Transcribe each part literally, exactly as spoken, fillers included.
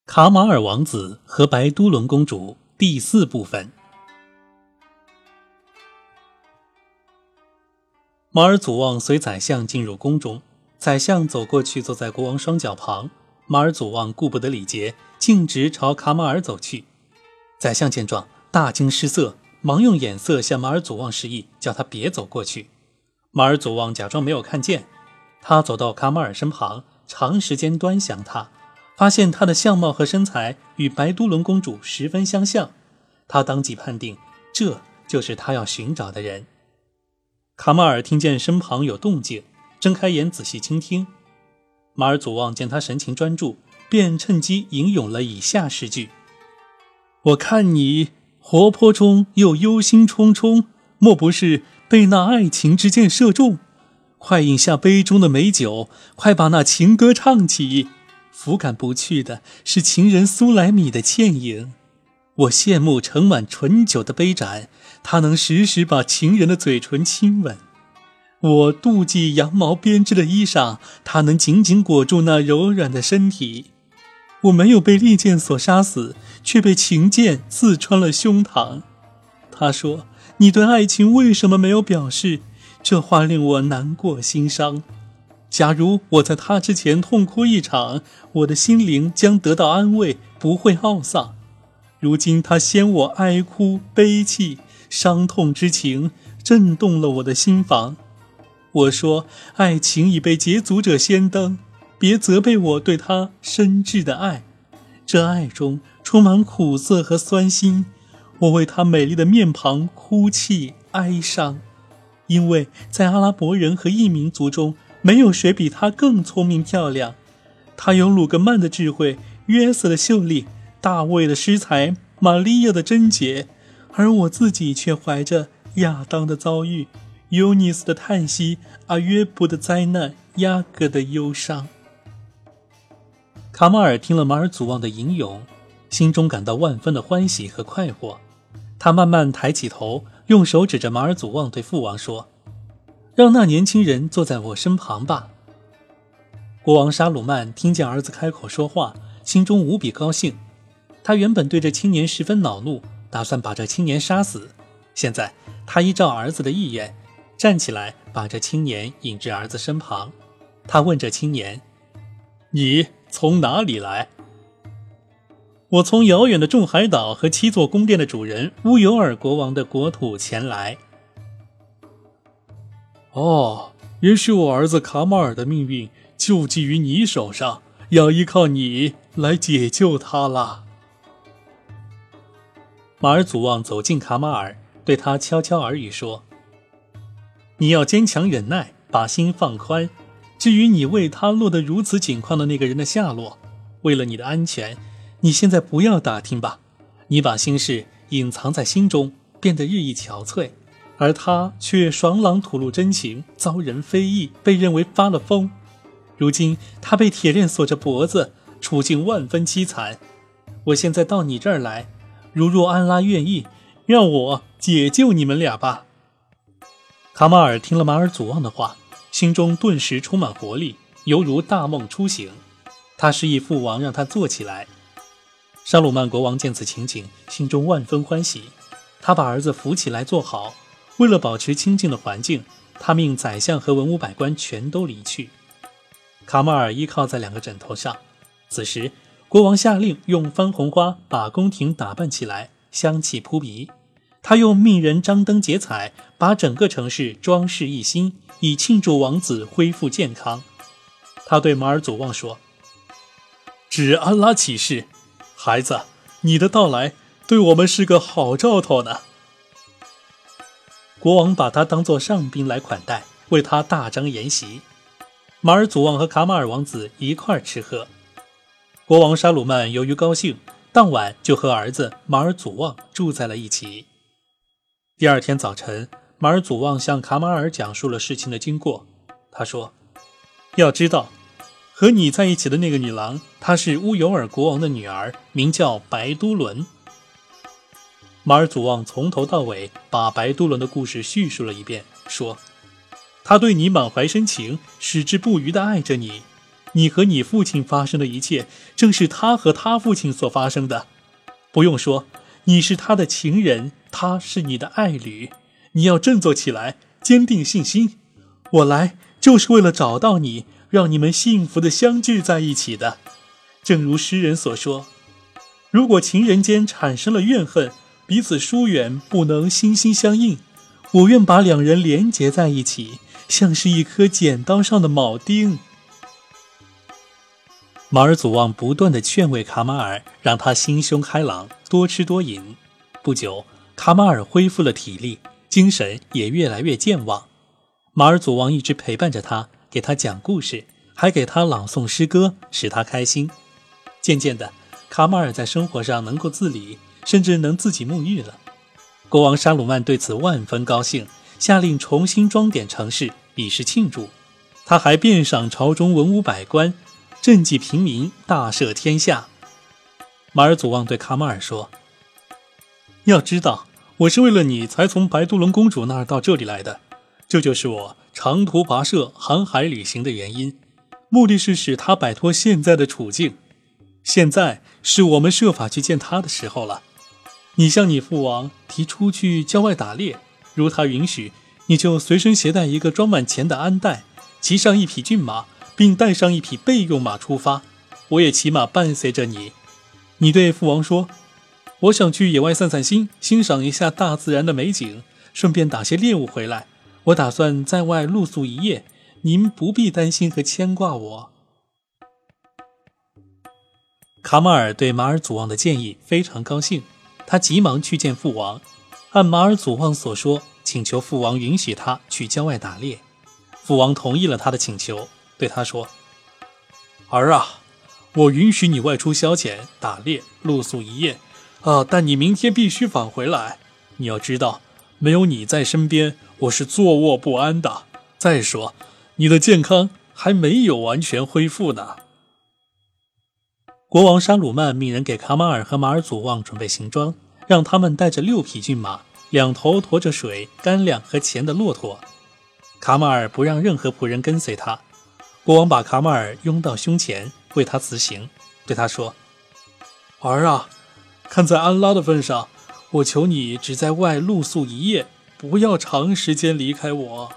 卡马尔王子和白都伦公主第四部分。马尔祖旺随宰相进入宫中，宰相走过去坐在国王双脚旁，马尔祖旺顾不得礼节，径直朝卡马尔走去。宰相见状大惊失色，忙用眼色向马尔祖旺示意，叫他别走过去。马尔祖旺假装没有看见，他走到卡马尔身旁，长时间端详他，发现他的相貌和身材与白都伦公主十分相像，他当即判定这就是他要寻找的人。卡马尔听见身旁有动静，睁开眼仔细倾听。马尔祖旺见他神情专注，便趁机吟咏了以下诗句：我看你活泼中又忧心忡忡，莫不是被那爱情之箭射中？快饮下杯中的美酒，快把那情歌唱起。拂赶不去的是情人苏莱米的倩影，我羡慕盛满醇酒的杯盏，它能时时把情人的嘴唇亲吻。我妒忌羊毛编织的衣裳，它能紧紧裹住那柔软的身体。我没有被利剑所杀死，却被情剑刺穿了胸膛。他说，你对爱情为什么没有表示？这话令我难过心伤。假如我在他之前痛哭一场，我的心灵将得到安慰，不会懊丧。如今他先我哀哭悲泣，伤痛之情震动了我的心房。我说，爱情已被捷足者先登，别责备我对他深挚的爱。这爱中充满苦涩和酸辛，我为他美丽的面庞哭泣哀伤，因为在阿拉伯人和异民族中，没有谁比她更聪明漂亮。她有鲁格曼的智慧，约瑟的秀丽，大卫的诗才，玛利亚的贞洁，而我自己却怀着亚当的遭遇，尤尼斯的叹息，阿约布的灾难，雅各的忧伤。卡马尔听了马尔祖旺的吟咏，心中感到万分的欢喜和快活。他慢慢抬起头，用手指着马尔祖旺对父王说，让那年轻人坐在我身旁吧。国王沙鲁曼听见儿子开口说话，心中无比高兴。他原本对这青年十分恼怒，打算把这青年杀死。现在他依照儿子的意愿，站起来把这青年引至儿子身旁。他问这青年，你从哪里来？我从遥远的众海岛和七座宫殿的主人乌尤尔国王的国土前来。哦，也许我儿子卡马尔的命运就寄于你手上，要依靠你来解救他了。马尔祖旺走近卡马尔，对他悄悄耳语说，你要坚强忍耐，把心放宽。至于你为他落得如此境况的那个人的下落，为了你的安全，你现在不要打听吧。你把心事隐藏在心中，变得日益憔悴，而他却爽朗吐露真情，遭人非议，被认为发了疯。如今他被铁链锁着脖子，处境万分凄惨。我现在到你这儿来，如若安拉愿意，让我解救你们俩吧。卡马尔听了马尔祖旺的话，心中顿时充满活力，犹如大梦初醒。他示意父王让他坐起来。沙鲁曼国王见此情景，心中万分欢喜。他把儿子扶起来坐好，为了保持清静的环境，他命宰相和文武百官全都离去。卡马尔依靠在两个枕头上。此时国王下令用番红花把宫廷打扮起来，香气扑鼻。他又命人张灯结彩，把整个城市装饰一新，以庆祝王子恢复健康。他对马尔祖旺说，指安拉起誓，孩子，你的到来对我们是个好兆头呢。国王把他当作上宾来款待，为他大张筵席。马尔祖旺和卡马尔王子一块儿吃喝。国王沙鲁曼由于高兴，当晚就和儿子马尔祖旺住在了一起。第二天早晨，马尔祖旺向卡马尔讲述了事情的经过。他说，要知道，和你在一起的那个女郎，她是乌尤尔国王的女儿，名叫白都伦。马尔祖旺从头到尾把白都伦的故事叙述了一遍，说，他对你满怀深情，矢志不渝地爱着你。 你和你父亲发生的一切，正是他和他父亲所发生的。不用说，你是他的情人，他是你的爱侣。你要振作起来，坚定信心。我来就是为了找到你，让你们幸福地相聚在一起的。正如诗人所说，如果情人间产生了怨恨，彼此疏远，不能心心相印，我愿把两人连结在一起，像是一颗剪刀上的铆钉。马尔祖旺不断地劝慰卡马尔，让他心胸开朗，多吃多饮。不久，卡马尔恢复了体力，精神也越来越健忘。马尔祖旺一直陪伴着他，给他讲故事，还给他朗诵诗歌，使他开心。渐渐的，卡马尔在生活上能够自理，甚至能自己沐浴了。国王沙鲁曼对此万分高兴，下令重新装点城市，以示庆祝。他还遍赏朝中文武百官，赈济平民，大赦天下。马尔祖旺对卡马尔说，要知道，我是为了你才从白都伦公主那儿到这里来的，这就是我长途跋涉航海旅行的原因，目的是使她摆脱现在的处境。现在是我们设法去见她的时候了。你向你父王提出去郊外打猎，如他允许，你就随身携带一个装满钱的鞍袋，骑上一匹骏马，并带上一匹备用马出发。我也骑马伴随着你。你对父王说，我想去野外散散心，欣赏一下大自然的美景，顺便打些猎物回来。我打算在外露宿一夜，您不必担心和牵挂我。卡马尔对马尔祖旺的建议非常高兴，他急忙去见父王，按马尔祖旺所说，请求父王允许他去郊外打猎。父王同意了他的请求，对他说，儿啊，我允许你外出消遣打猎露宿一夜啊，但你明天必须返回来。你要知道，没有你在身边，我是坐卧不安的。再说，你的健康还没有完全恢复呢。国王沙鲁曼命人给卡马尔和马尔祖旺准备行装，让他们带着六匹骏马，两头驮着水、干粮和钱的骆驼。卡马尔不让任何仆人跟随他。国王把卡马尔拥到胸前，为他辞行，对他说，儿啊，看在安拉的份上，我求你只在外露宿一夜，不要长时间离开我。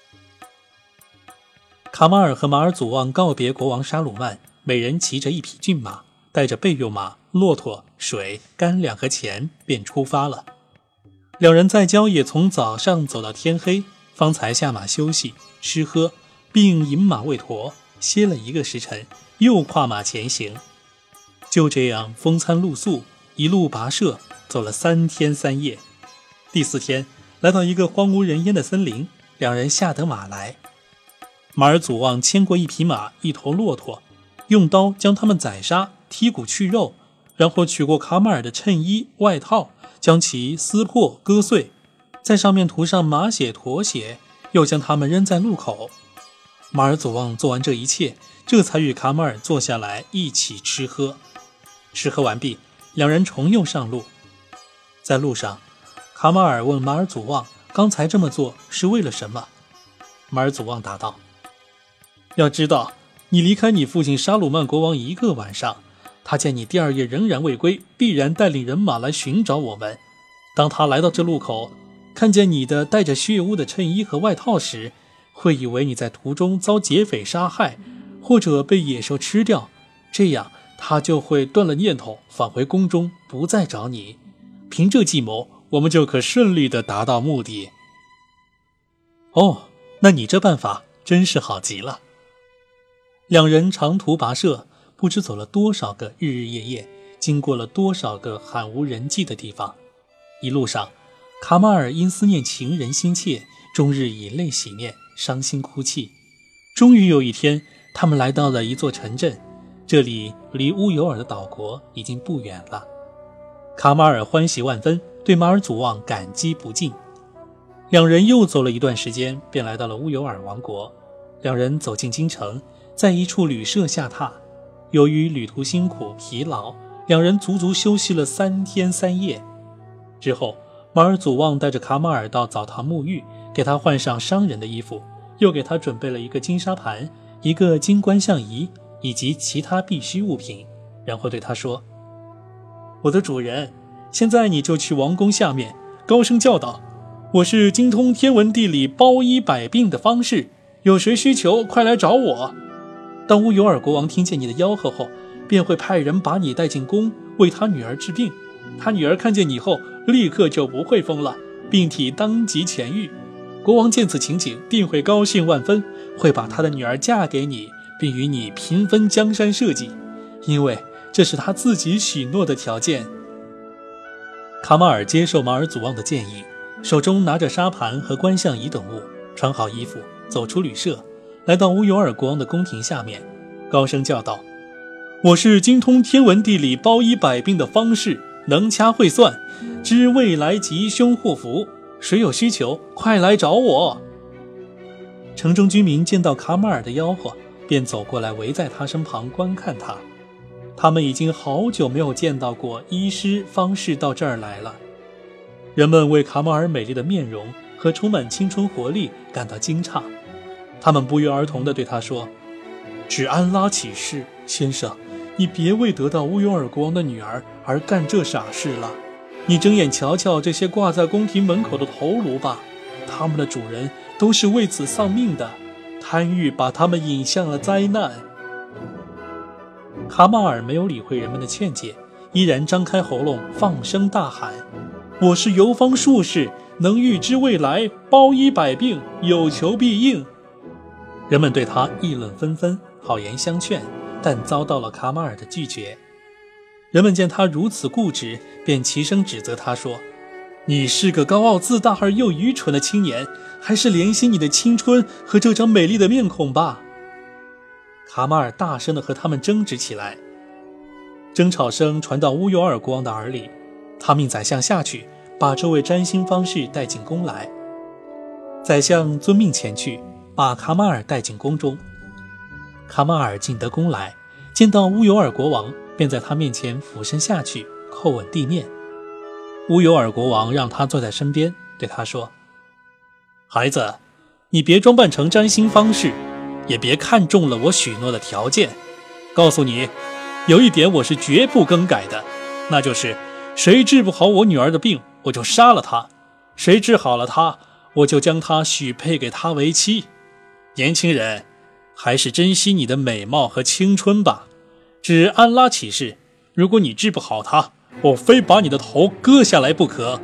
卡马尔和马尔祖旺告别国王沙鲁曼，每人骑着一匹骏马，带着备用马、骆驼、水、干粮和钱，便出发了。两人在郊野从早上走到天黑，方才下马休息、吃喝，并引马喂驼，歇了一个时辰，又跨马前行。就这样风餐露宿，一路跋涉，走了三天三夜。第四天，来到一个荒无人烟的森林，两人下得马来。马尔祖旺牵过一匹马、一头骆驼，用刀将它们宰杀，剔骨去肉，然后取过卡马尔的衬衣、外套，将其撕破割碎，在上面涂上马血、驼血，又将它们扔在路口。马尔祖旺做完这一切，这才与卡马尔坐下来一起吃喝。吃喝完毕，两人重又上路。在路上，卡马尔问马尔祖旺刚才这么做是为了什么。马尔祖旺答道，要知道，你离开你父亲沙鲁曼国王一个晚上，他见你第二夜仍然未归，必然带领人马来寻找我们。当他来到这路口，看见你的带着血污的衬衣和外套时，会以为你在途中遭劫匪杀害，或者被野兽吃掉，这样他就会断了念头，返回宫中，不再找你。凭这计谋，我们就可顺利地达到目的。哦，那你这办法真是好极了。两人长途跋涉，不知走了多少个日日夜夜，经过了多少个罕无人迹的地方。一路上，卡马尔因思念情人心切，终日以泪洗面，伤心哭泣。终于有一天，他们来到了一座城镇，这里离乌尤尔的岛国已经不远了。卡马尔欢喜万分，对马尔祖旺感激不尽。两人又走了一段时间，便来到了乌尤尔王国。两人走进京城，在一处旅社下榻。由于旅途辛苦疲劳，两人足足休息了三天三夜。之后，马尔祖旺带着卡马尔到澡堂沐浴，给他换上商人的衣服，又给他准备了一个金沙盘、一个金观象仪、 以及其他必需物品，然后对他说：我的主人，现在你就去王宫下面高声叫道，我是精通天文地理包医百病的方士，有谁需求快来找我。当乌尤尔国王听见你的吆喝后，便会派人把你带进宫，为他女儿治病。他女儿看见你后，立刻就不会疯了，病体当即痊愈。国王见此情景，定会高兴万分，会把他的女儿嫁给你，并与你平分江山社稷，因为这是他自己许诺的条件。卡马尔接受马尔祖旺的建议，手中拿着沙盘和观象仪等物，穿好衣服，走出旅社，来到乌尤尔国王的宫廷下面，高声叫道：我是精通天文地理包医百病的方士，能掐会算，知未来吉凶祸福，谁有需求快来找我。城中居民见到卡马尔的吆喝，便走过来围在他身旁观看他。他们已经好久没有见到过医师方士到这儿来了。人们为卡马尔美丽的面容和充满青春活力感到惊诧，他们不约而同地对他说：只安拉起誓，先生，你别为得到乌尤尔国王的女儿而干这傻事了。你睁眼瞧瞧这些挂在宫廷门口的头颅吧，他们的主人都是为此丧命的，贪欲把他们引向了灾难。卡马尔没有理会人们的劝解，依然张开喉咙放声大喊：我是游方术士，能预知未来，包医百病，有求必应。人们对他议论纷纷，好言相劝，但遭到了卡马尔的拒绝。人们见他如此固执，便齐声指责他说：你是个高傲自大而又愚蠢的青年，还是怜惜你的青春和这张美丽的面孔吧。卡马尔大声地和他们争执起来，争吵声传到乌尤尔国王的耳里，他命宰相下去，把这位占星方士带进宫来。宰相遵命前去，把卡马尔带进宫中。卡马尔进得宫来，见到乌尤尔国王，便在他面前俯身下去，叩吻地面。乌尤尔国王让他坐在身边，对他说：孩子，你别装扮成占星方士，也别看中了我许诺的条件。告诉你，有一点我是绝不更改的，那就是谁治不好我女儿的病，我就杀了他；谁治好了她，我就将她许配给他为妻。年轻人，还是珍惜你的美貌和青春吧。只安拉起誓，如果你治不好她，我非把你的头割下来不可。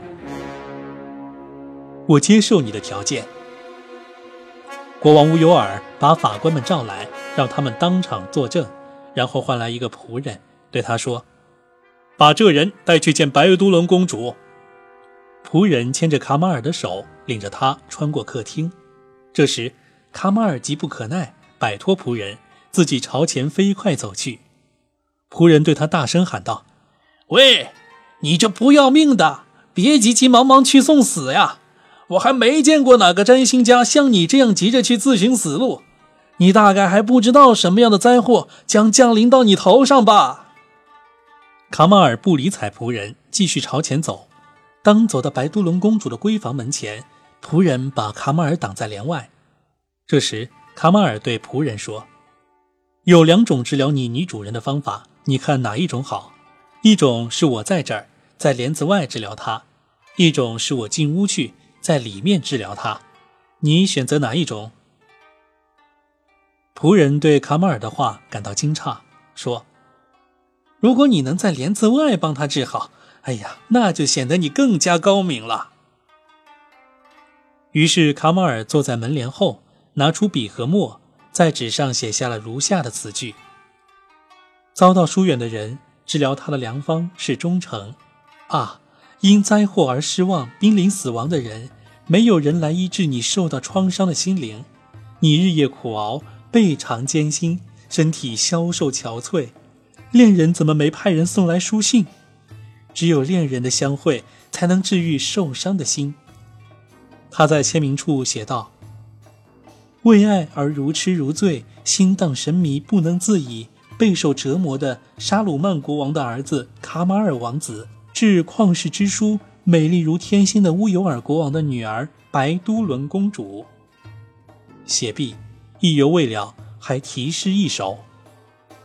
我接受你的条件。国王乌尤尔把法官们召来，让他们当场作证，然后换来一个仆人，对他说：把这人带去见白都伦公主。仆人牵着卡马尔的手，领着他穿过客厅。这时卡马尔急不可耐，摆脱仆人，自己朝前飞快走去。仆人对他大声喊道：喂，你这不要命的，别急急忙忙去送死呀！我还没见过哪个占星家像你这样急着去自寻死路，你大概还不知道什么样的灾祸将降临到你头上吧。卡马尔不理睬仆人，继续朝前走。当走到白都伦公主的闺房门前，仆人把卡马尔挡在帘外。这时卡马尔对仆人说：有两种治疗你女主人的方法，你看哪一种好？一种是我在这儿，在帘子外治疗她；一种是我进屋去，在里面治疗她。你选择哪一种？仆人对卡马尔的话感到惊诧，说：如果你能在帘子外帮她治好，哎呀，那就显得你更加高明了。于是卡马尔坐在门帘后，拿出笔和墨，在纸上写下了如下的词句：遭到疏远的人，治疗他的良方是忠诚。啊，因灾祸而失望、濒临死亡的人，没有人来医治你受到创伤的心灵。你日夜苦熬，倍尝艰辛，身体消瘦憔悴。恋人怎么没派人送来书信？只有恋人的相会，才能治愈受伤的心。他在签名处写道：为爱而如痴如醉，心荡神迷，不能自已，备受折磨的沙鲁曼国王的儿子卡马尔王子，致旷世之书美丽如天星的乌尤尔国王的女儿白都伦公主。写毕，意犹未了，还题诗一首：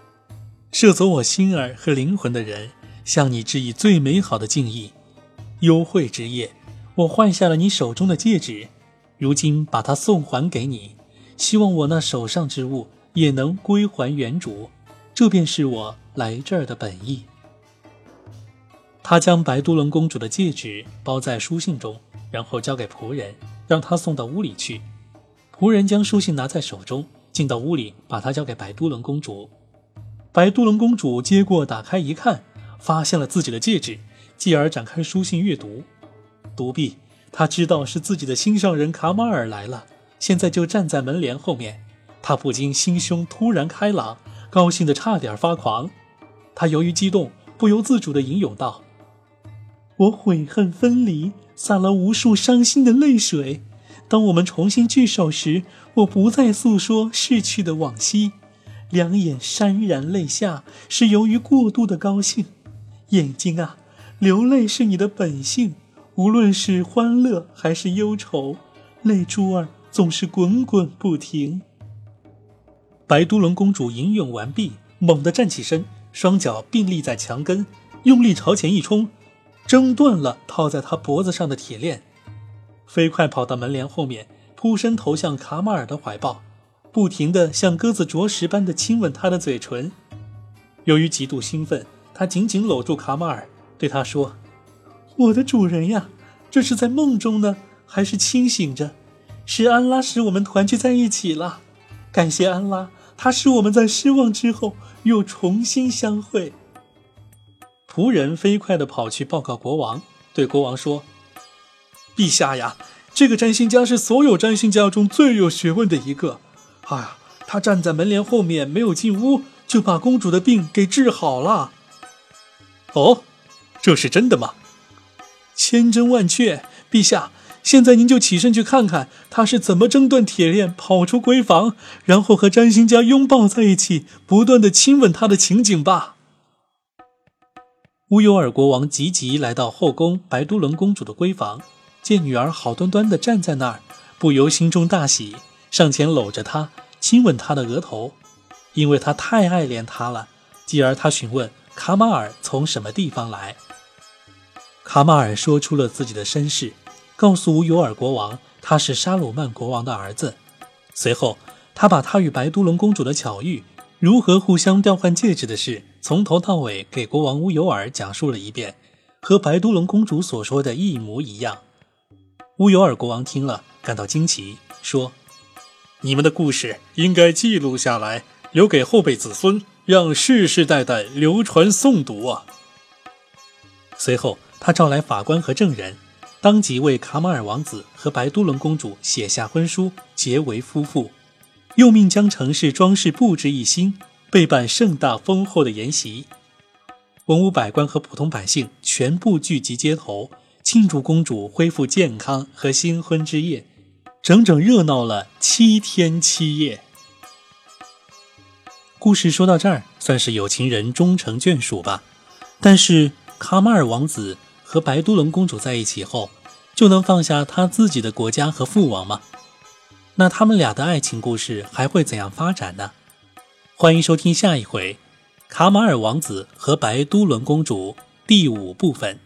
摄走我心儿和灵魂的人，向你致以最美好的敬意。幽会之夜，我换下了你手中的戒指，如今把它送还给你，希望我那手上之物也能归还原主，这便是我来这儿的本意。他将白都伦公主的戒指包在书信中，然后交给仆人，让他送到屋里去。仆人将书信拿在手中，进到屋里，把它交给白都伦公主。白都伦公主接过，打开一看，发现了自己的戒指，继而展开书信阅读。读毕，她知道是自己的心上人卡马尔来了，现在就站在门帘后面。她不禁心胸突然开朗，高兴得差点发狂。她由于激动，不由自主地吟咏道：我悔恨分离，洒了无数伤心的泪水。当我们重新聚首时，我不再诉说逝去的往昔，两眼潸然泪下，是由于过度的高兴。眼睛啊，流泪是你的本性，无论是欢乐还是忧愁，泪珠儿总是滚滚不停。白都伦公主吟咏完毕，猛地站起身，双脚并立在墙根，用力朝前一冲，挣断了套在她脖子上的铁链，飞快跑到门帘后面，扑身投向卡马尔的怀抱，不停地像鸽子啄食般地亲吻他的嘴唇。由于极度兴奋，他紧紧搂住卡马尔，对他说：我的主人呀，这是在梦中呢，还是清醒着？是安拉使我们团聚在一起了，感谢安拉，他使我们在失望之后又重新相会。仆人飞快地跑去报告国王，对国王说：陛下呀，这个占星家是所有占星家中最有学问的一个。哎呀，他站在门帘后面没有进屋，就把公主的病给治好了。哦，这是真的吗？千真万确，陛下，现在您就起身去看看他是怎么挣断铁链跑出闺房，然后和占星家拥抱在一起，不断地亲吻他的情景吧。乌尤尔国王急急来到后宫白都伦公主的闺房，见女儿好端端地站在那儿，不由心中大喜，上前搂着她，亲吻她的额头。因为他太爱怜她了，继而他询问卡马尔从什么地方来。卡马尔说出了自己的身世，告诉乌尤尔国王他是沙鲁曼国王的儿子。随后他把他与白都伦公主的巧遇，如何互相调换戒指的事，从头到尾给国王乌尤尔讲述了一遍，和白都伦公主所说的一模一样。乌尤尔国王听了感到惊奇，说：你们的故事应该记录下来，留给后辈子孙，让世世代代流传诵读啊。随后他召来法官和证人，当即为卡马尔王子和白都伦公主写下婚书，结为夫妇，又命将城市装饰布置一新，备办盛大丰厚的筵席。文武百官和普通百姓全部聚集街头，庆祝公主恢复健康和新婚之夜，整整热闹了七天七夜。故事说到这儿，算是有情人终成眷属吧。但是卡马尔王子和白都伦公主在一起后，就能放下他自己的国家和父王吗？那他们俩的爱情故事还会怎样发展呢？欢迎收听下一回《卡马尔王子和白都伦公主》第五部分。